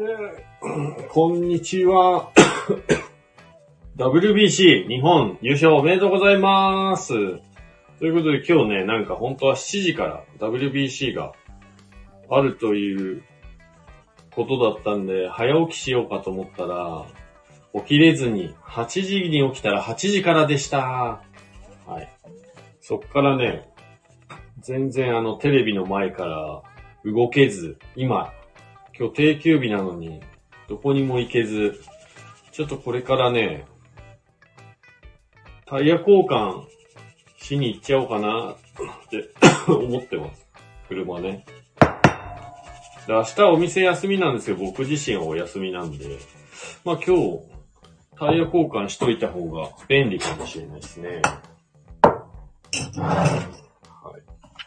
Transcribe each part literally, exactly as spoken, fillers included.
ー、こんにちは。ダブリュービーシー 日本優勝おめでとうございます。ということで今日ね、なんか本当はしちじから ダブリュービーシー があるということだったんで、早起きしようかと思ったら、起きれずにはちじに起きたらはちじからでした。はい。そっからね、全然あのテレビの前から動けず、今、今日定休日なのにどこにも行けず、ちょっとこれからね、タイヤ交換しに行っちゃおうかなって思ってます。車ね。で、明日お店休みなんですけど、僕自身はお休みなんで、まあ今日、タイヤ交換しといた方が便利かもしれないですね。はい。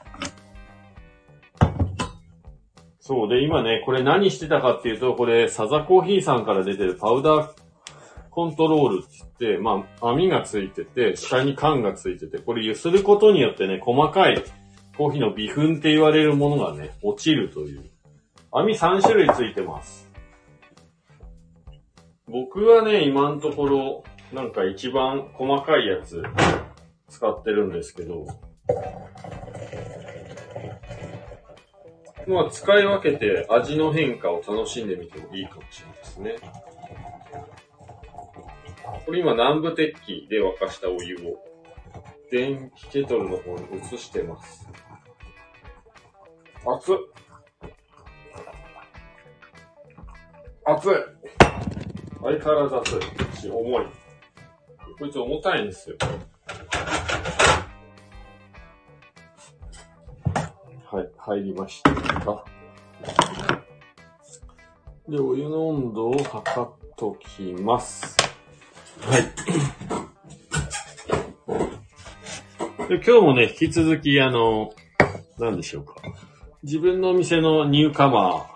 そうで、今ね、これ何してたかっていうと、これ、サザコーヒーさんから出てるパウダーコントロールって言って、まあ、網がついてて、下に缶がついてて、これ揺することによってね、細かいコーヒーの微粉って言われるものがね、落ちるという。網さん種類ついてます。僕はね、今のところ、なんか一番細かいやつ使ってるんですけど、まあ使い分けて味の変化を楽しんでみてもいいかもしれないですね。これ今南部鉄器で沸かしたお湯を電気ケトルの方に移してます。熱っ熱い相変わらず熱いし、重い。こいつ重たいんですよ。はい、入りましたか。で、お湯の温度を測っときます。はい。で、今日もね、引き続き、あの、何でしょうか。自分の店のニューカマー、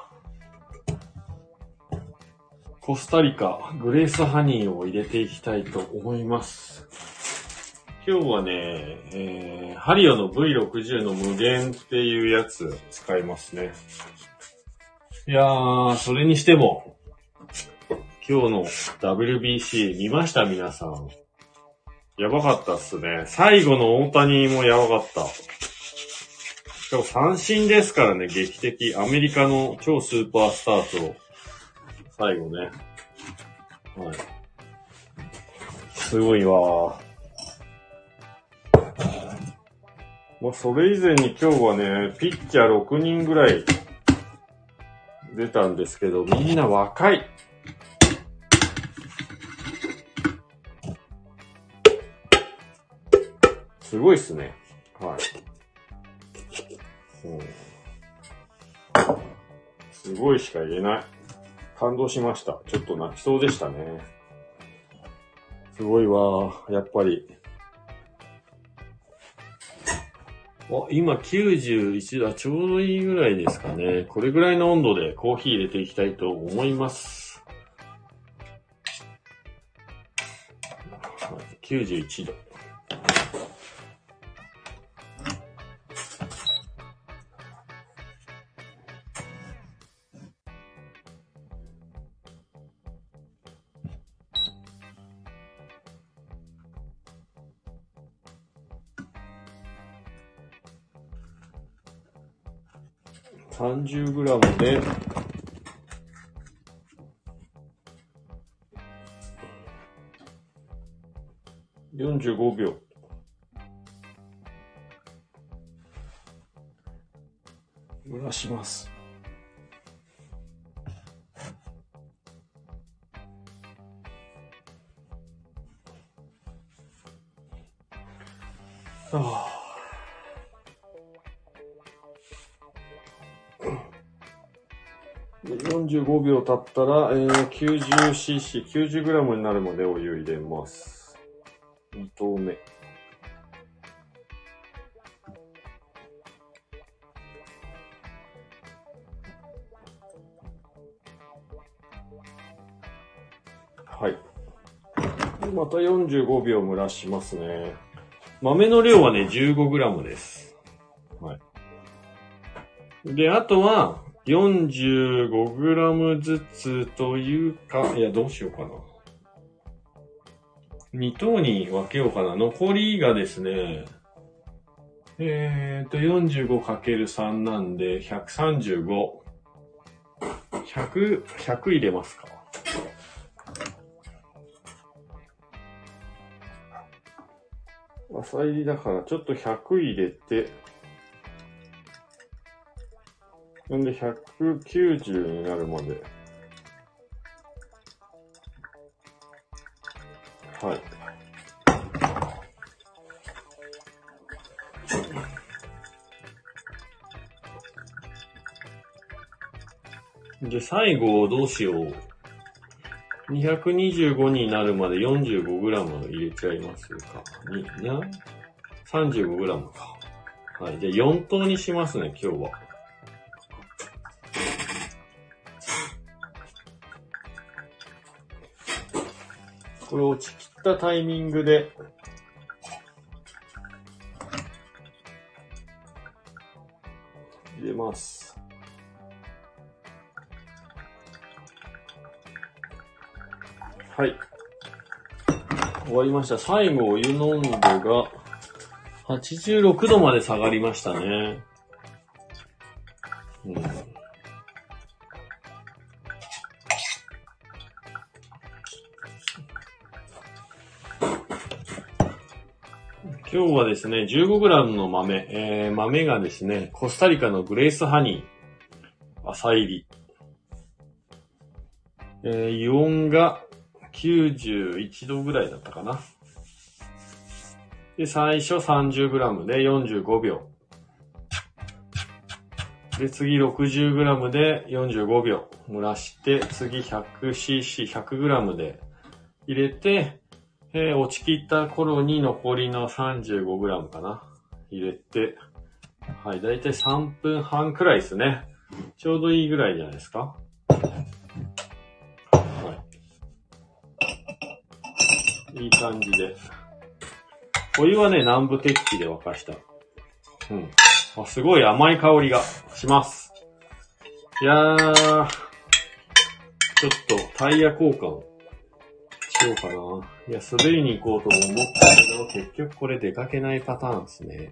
コスタリカグレースハニーを入れていきたいと思います。今日はね、えー、ハリオの ブイろくじゅう の無限っていうやつ使いますね。いやー、それにしても、今日の ダブリュービーシー 見ました皆さん。やばかったっすね。最後の大谷もやばかった。しかも三振ですからね、劇的。アメリカの超スーパースターと、最後ね。はい。すごいわー。まあ、それ以前に今日はね、ピッチャーろくにんぐらい出たんですけど、みんな若い。すごいっすね。はい。うん、すごいしか言えない。感動しました。ちょっと泣きそうでしたね。すごいわー。やっぱり。あ、今きゅうじゅういちど、ちょうどいいぐらいですかね。これぐらいの温度でコーヒー入れていきたいと思います。きゅうじゅういちど。さんじゅうグラム でよんじゅうごびょう。蒸らします。はあよんじゅうごびょう経ったら、えー、きゅうじゅうシーシー、きゅうじゅうグラム になるまでお湯入れます。に投目。はい。またよんじゅうごびょう蒸らしますね。豆の量はね、じゅうごグラム です。はい。で、あとは、 よんじゅうごグラム ずつというか、いや、どうしようかな。に等に分けようかな。残りがですね、えーと、よんじゅうごかけるさん なんで、ひゃくさんじゅうご。ひゃく、ひゃく入れますか。浅入りだから、ちょっとひゃく入れて、んでひゃくきゅうじゅうになるまで。はい。で、最後どうしよう。にひゃくにじゅうごになるまで よんじゅうごグラム 入れちゃいますか。に、な ?さんじゅうごグラム か。はい。じゃあよん等にしますね、今日は。これ落ちきったタイミングで、入れます。はい。終わりました。最後、お湯の温度がはちじゅうろくどまで下がりましたね。うん、今日はですね、じゅうごグラム の豆、えー、豆がですね、コスタリカのグレースハニー、浅入り。えー、油温がきゅうじゅういちどぐらいだったかな。で、最初 さんじゅうグラム でよんじゅうごびょう。で、次 ろくじゅうグラム でよんじゅうごびょう蒸らして、次 ひゃくシーシー、ひゃくグラム で入れて、えー、落ちきった頃に残りの さんじゅうごグラム かな。入れて、はい、だいたいさんぷんはんくらいですね。ちょうどいいぐらいじゃないですか。はい。いい感じで。お湯はね、南部鉄器で沸かした。うん。あ、すごい甘い香りがします。いやー、ちょっとタイヤ交換しようかな。いや、滑りに行こうとも思ったけど、結局これ出かけないパターンですね。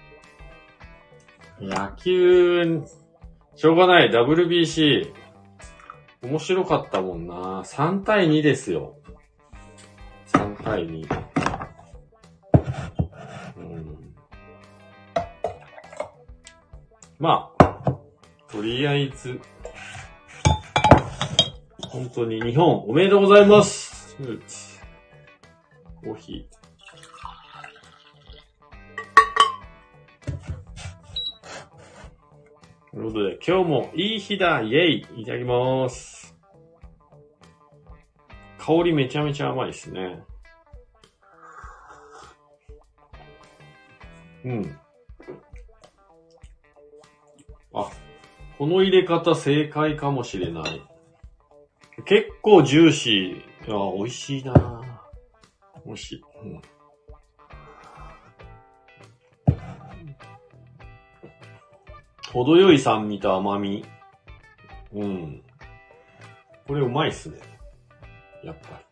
野球、しょうがない。ダブリュービーシー。面白かったもんな。さんたいにですよ。さんたいに。うん、まあ、とりあえず、本当に日本おめでとうございます。コーヒー。ということで、今日もいい日だイェイいただきます。香りめちゃめちゃ甘いですね。うん。あ、この入れ方正解かもしれない。結構ジューシー。あ、美味しいな。美味しい。うん。程よい酸味と甘み。うん。これうまいっすね。やっぱり。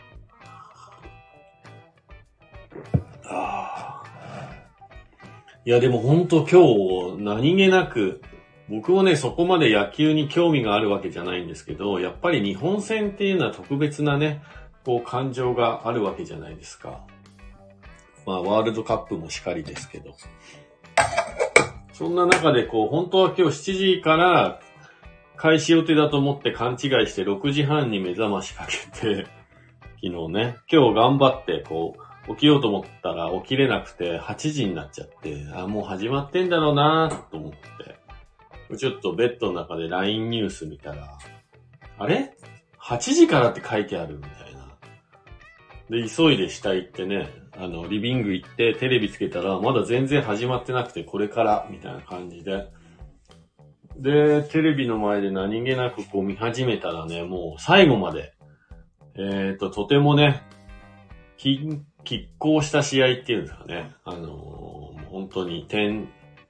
ああ。いやでもほんと今日何気なく、僕もねそこまで野球に興味があるわけじゃないんですけど、やっぱり日本戦っていうのは特別なね、こう感情があるわけじゃないですか。まあワールドカップもしかりですけど。そんな中でこう、本当は今日しちじから開始予定だと思って勘違いしてろくじはんに目覚ましかけて、昨日ね、今日頑張ってこう、起きようと思ったら起きれなくてはちじになっちゃって、あ、もう始まってんだろうなと思って、ちょっとベッドの中で ライン ニュース見たら、あれ ?はちじからって書いてあるみたいな。で、急いで下行ってね、あの、リビング行ってテレビつけたら、まだ全然始まってなくて、これから、みたいな感じで。で、テレビの前で何気なくこう見始めたらね、もう最後まで、えっと、とてもね、き、拮抗した試合っていうんですかね。あのー、本当に点、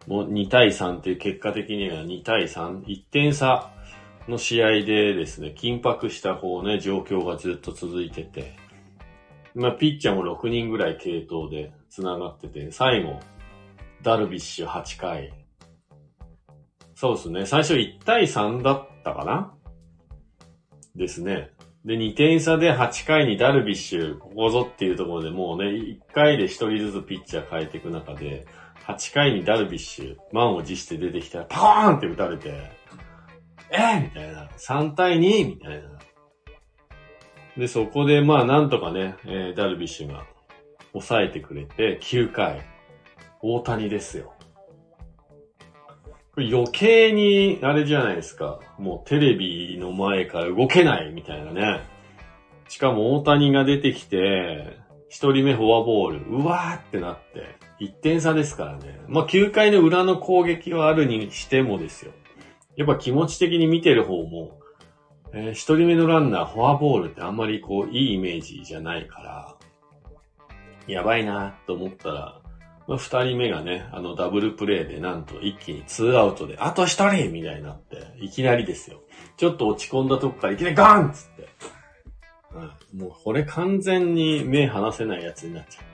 もうにたいさんっていう結果的にはにたいさん、いってん差の試合でですね、緊迫したこうね、状況がずっと続いてて、まあ、ピッチャーもろくにんぐらい継投で繋がってて、最後、ダルビッシュはちかい。そうですね、最初いちたいさんだったかなですね。で、にてん差ではちかいにダルビッシュ、ここぞっていうところでもうね、いっかいでひとりずつピッチャー変えていく中で、はちかいにダルビッシュ、満を持して出てきたら、パーンって打たれて、えー、みたいな。さんたいにみたいな。で、そこでまあなんとかね、えー、ダルビッシュが抑えてくれて、きゅうかい。大谷ですよ。これ余計に、あれじゃないですか。もうテレビの前から動けないみたいなね。しかも大谷が出てきて、一人目フォアボール、うわーってなって、いってん差ですからね。まあきゅうかいの裏の攻撃はあるにしてもですよ。やっぱ気持ち的に見てる方も、えー、一人目のランナーフォアボールってあんまりこういいイメージじゃないから、やばいなと思ったら、まあ、二人目がね、あのダブルプレーでなんと一気にツーアウトで、あと一人みたいになって、いきなりですよ。ちょっと落ち込んだとこからいきなりガーンっつって、うん、もうこれ完全に目離せないやつになっちゃって。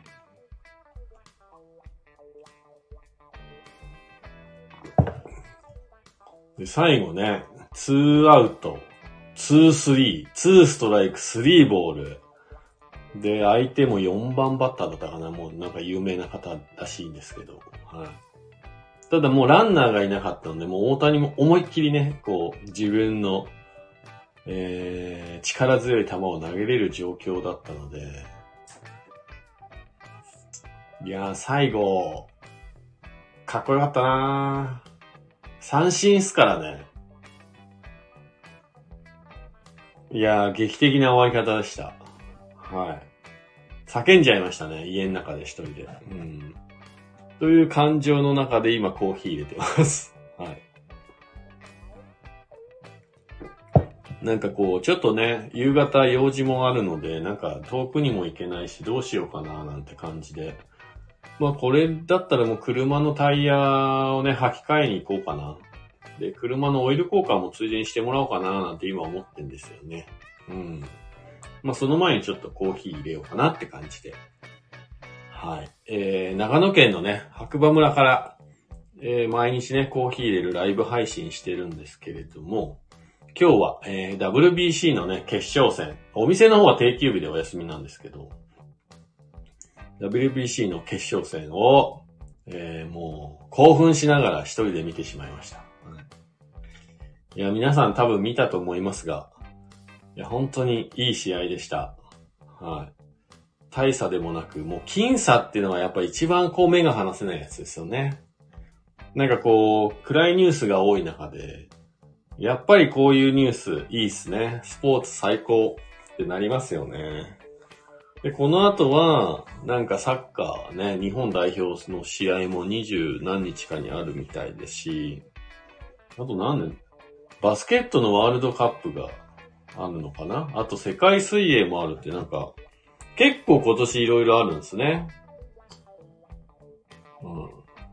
で、最後ね、ツーアウト、ツースリー、ツーストライク、スリーボール。で、相手もよんばんバッターだったかな、もうなんか有名な方らしいんですけど。はい。ただもうランナーがいなかったので、もう大谷も思いっきりね、こう、自分の、えー、力強い球を投げれる状況だったので、いやー、最後、かっこよかったなー。三振っすからね。いやー、劇的な終わり方でした。はい。叫んじゃいましたね。家の中で一人で。うん。という感情の中で今コーヒー入れてます。はい。なんかこう、ちょっとね、夕方用事もあるので、なんか遠くにも行けないし、どうしようかななんて感じで。まあこれだったらもう車のタイヤをね、履き替えに行こうかな。で、車のオイル交換もついでにしてもらおうかななんて今思ってんですよね。うん。まあその前にちょっとコーヒー入れようかなって感じで。はい。えー、長野県のね、白馬村から、えー、毎日ね、コーヒー入れるライブ配信してるんですけれども、今日は、えー、ダブリュービーシー のね、決勝戦。お店の方は定休日でお休みなんですけど、ダブリュービーシー の決勝戦を、えー、もう興奮しながら一人で見てしまいました。いや、皆さん多分見たと思いますが、いや、本当にいい試合でした。はい。大差でもなく、もう僅差っていうのはやっぱ一番こう目が離せないやつですよね。なんかこう、暗いニュースが多い中で、やっぱりこういうニュースいいっすね。スポーツ最高ってなりますよね。で、この後は、なんかサッカーね、日本代表の試合も二十何日かにあるみたいですし、あと何年バスケットのワールドカップがあるのかな？あと世界水泳もあるってなんか、結構今年いろいろあるんですね。うん。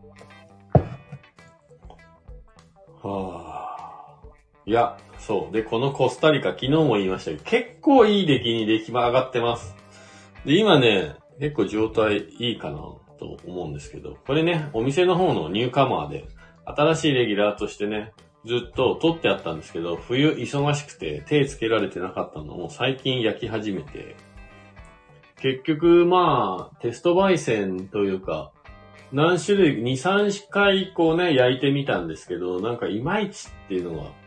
はぁ。いや、そう。で、このコスタリカ、昨日も言いましたけど、結構いい出来に出来上がってます。で、今ね、結構状態いいかなと思うんですけど、これね、お店の方のニューカマーで、新しいレギュラーとしてね、ずっと取ってあったんですけど、冬忙しくて手つけられてなかったのを最近焼き始めて、結局まあ、テスト焙煎というか、何種類、に、さんかいこうね、焼いてみたんですけど、なんかいまいちっていうのは、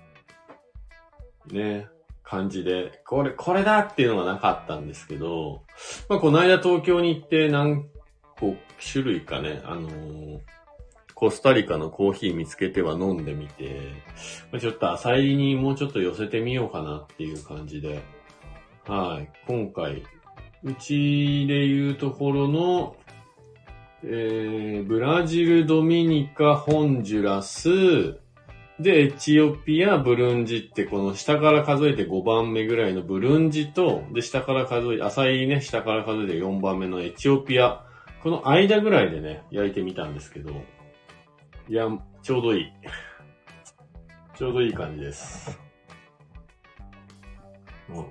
ね、感じで、これ、これだっていうのがなかったんですけど、まあこの間東京に行って何個種類かね、あのー、コスタリカのコーヒー見つけては飲んでみて、ちょっと浅入りにもうちょっと寄せてみようかなっていう感じで、はい、今回、うちでいうところの、えー、ブラジル、ドミニカ、ホンジュラス、で、エチオピア、ブルンジって、この下から数えてごばんめぐらいのブルンジと、で、下から数えて、浅いね、下から数えてよんばんめのエチオピア、この間ぐらいでね、焼いてみたんですけど、 いや、ちょうどいい。ちょうどいい感じです。うん。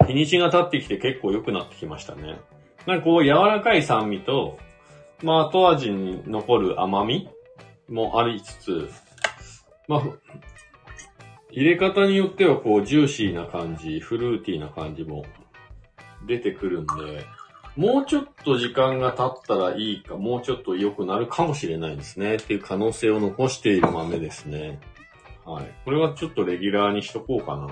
日にちが経ってきて結構良くなってきましたね。なんかこう柔らかい酸味と、まあ後味に残る甘みもありつつ、まあ、入れ方によってはこうジューシーな感じ、フルーティーな感じも出てくるんで、もうちょっと時間が経ったらいいか、もうちょっと良くなるかもしれないですね。っていう可能性を残している豆ですね。はい。これはちょっとレギュラーにしとこうかな。うん。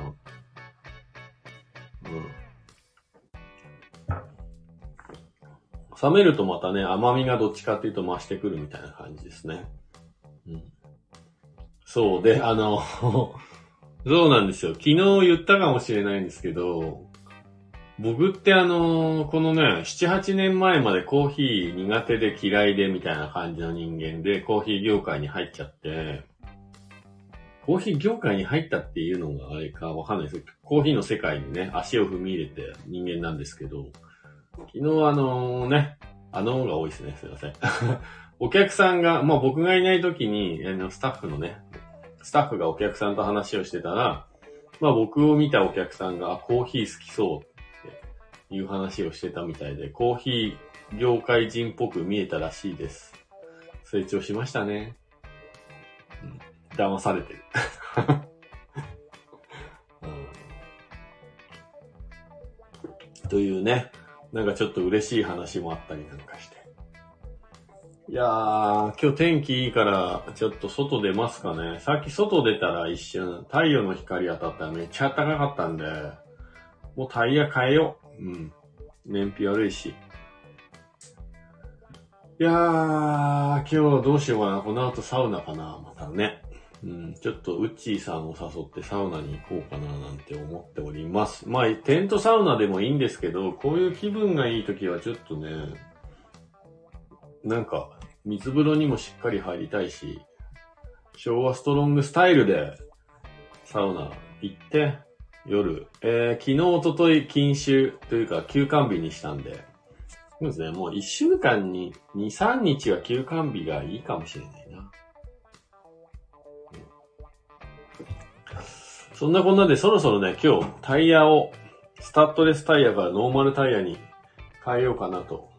冷めるとまたね、甘みがどっちかっていうと増してくるみたいな感じですね。うん。そうで、あの、そうなんですよ。昨日言ったかもしれないんですけど、僕ってあの、このね、なな、はちねんまえまでコーヒー苦手で嫌いでみたいな感じの人間でコーヒー業界に入っちゃって、コーヒー業界に入ったっていうのがあれかわかんないですけど、コーヒーの世界にね、足を踏み入れて人間なんですけど、昨日あのね、あのが多いですね、すいません。お客さんが、まあ僕がいない時に、あのスタッフのね、スタッフがお客さんと話をしてたら、まあ僕を見たお客さんがコーヒー好きそうっていう話をしてたみたいで、コーヒー業界人っぽく見えたらしいです。成長しましたね。うん、騙されてる、うん。というね、なんかちょっと嬉しい話もあったりなんかして。いやー、今日天気いいから、ちょっと外出ますかね。さっき外出たら一瞬、太陽の光当たったらめっちゃ暖かかったんで、もうタイヤ変えよう。うん。燃費悪いし。いやー、今日どうしようかな。この後サウナかな。またね。うん、ちょっとウッチーさんを誘ってサウナに行こうかななんて思っております。まあ、テントサウナでもいいんですけど、こういう気分がいい時はちょっとね、なんか、水風呂にもしっかり入りたいし、昭和ストロングスタイルでサウナ行って、夜、えー、昨日、おととい禁酒というか休館日にしたんで、そうですね、もういっしゅうかんにに、さんにちは休館日がいいかもしれないな。そんなこんなでそろそろね、今日タイヤをスタッドレスタイヤからノーマルタイヤに変えようかなと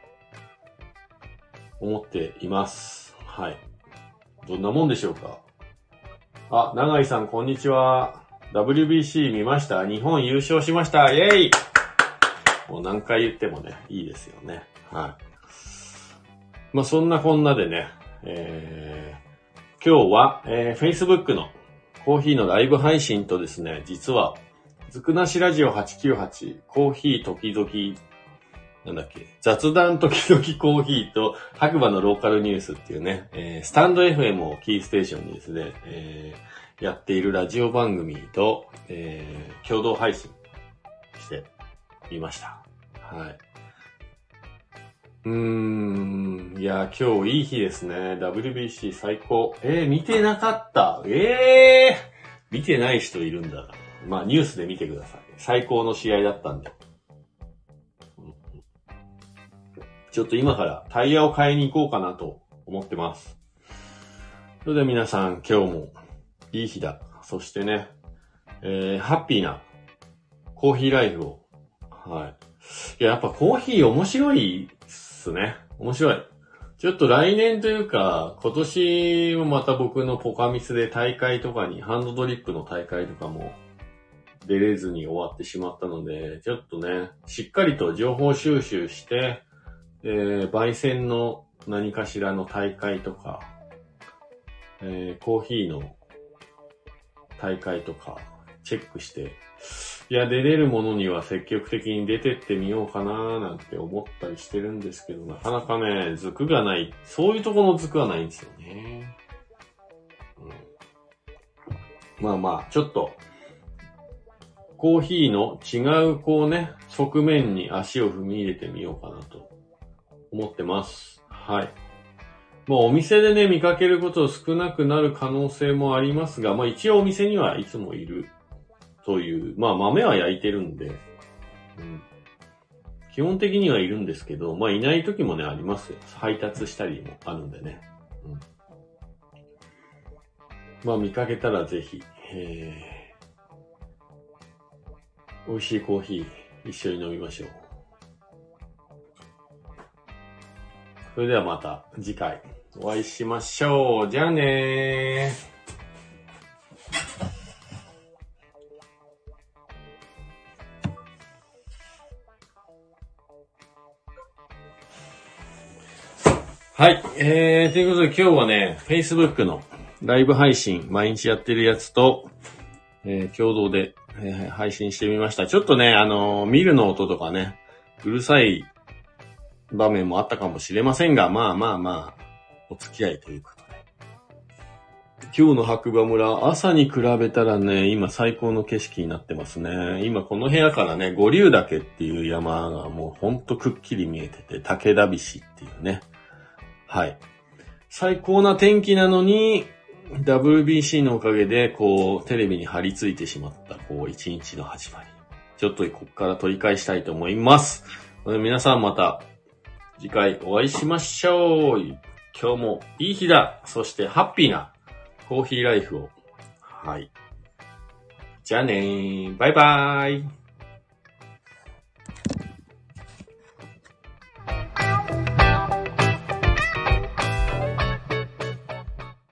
思っています。はい。どんなもんでしょうか。あ、長井さんこんにちは。ダブリュービーシー 見ました。日本優勝しました。イェイ。もう何回言ってもね、いいですよね。はい。まあそんなこんなでね、えー、今日は、えー、Facebook のコーヒーのライブ配信とですね、実は、ずくなしラジオはちきゅうはち、コーヒー時々、なんだっけ、雑談時々コーヒーと白馬のローカルニュースっていうね、えー、スタンド エフエム をキーステーションにですね、えー、やっているラジオ番組と、えー、共同配信してみました。はい。うーん、いや、今日いい日ですね。ダブリュービーシー 最高。えー、見てなかった。えー、見てない人いるんだな。まあ、ニュースで見てください。最高の試合だったんで。ちょっと今からタイヤを買いに行こうかなと思ってます。それでは皆さん、今日もいい日だ。そしてね、えー、ハッピーなコーヒーライフを。はい。いや、やっぱコーヒー面白いっすね。面白い。ちょっと来年というか、今年もまた僕のポカミスで大会とかに、ハンドドリップの大会とかも出れずに終わってしまったので、ちょっとね、しっかりと情報収集して、えー、焙煎の何かしらの大会とか、えー、コーヒーの大会とかチェックして、いや、出れるものには積極的に出てってみようかななんて思ったりしてるんですけど、なかなかね、ズクがない、そういうところのズクはないんですよね。うん、まあまあ、ちょっと、コーヒーの違うこうね、側面に足を踏み入れてみようかなと思ってます。はい。もうお店でね、見かけること少なくなる可能性もありますが、まあ一応お店にはいつもいるという、まあ豆は焼いてるんで、うん、 基本的にはいるんですけど、まあいない時もね、ありますよ。配達したりもあるんでね。うん、まあ見かけたらぜひ、えー、美味しいコーヒー一緒に飲みましょう。それではまた次回お会いしましょう。じゃあねー。はい。えー、ということで今日はね、Facebook のライブ配信、毎日やってるやつと、えー、共同で、えー、配信してみました。ちょっとね、あのー、見るの音とかね、うるさい場面もあったかもしれませんが、まあまあまあ、お付き合いということで。今日の白馬村、朝に比べたらね、今最高の景色になってますね。今この部屋からね、五竜岳っていう山がもうほんとくっきり見えてて、武田菱っていうね。はい。最高な天気なのに、ダブリュービーシー のおかげで、こう、テレビに張り付いてしまった、こう、一日の始まり。ちょっとここから取り返したいと思います。皆さんまた、次回お会いしましょう。今日もいい日だ。そしてハッピーなコーヒーライフを。はい。じゃあねー。バイバーイ。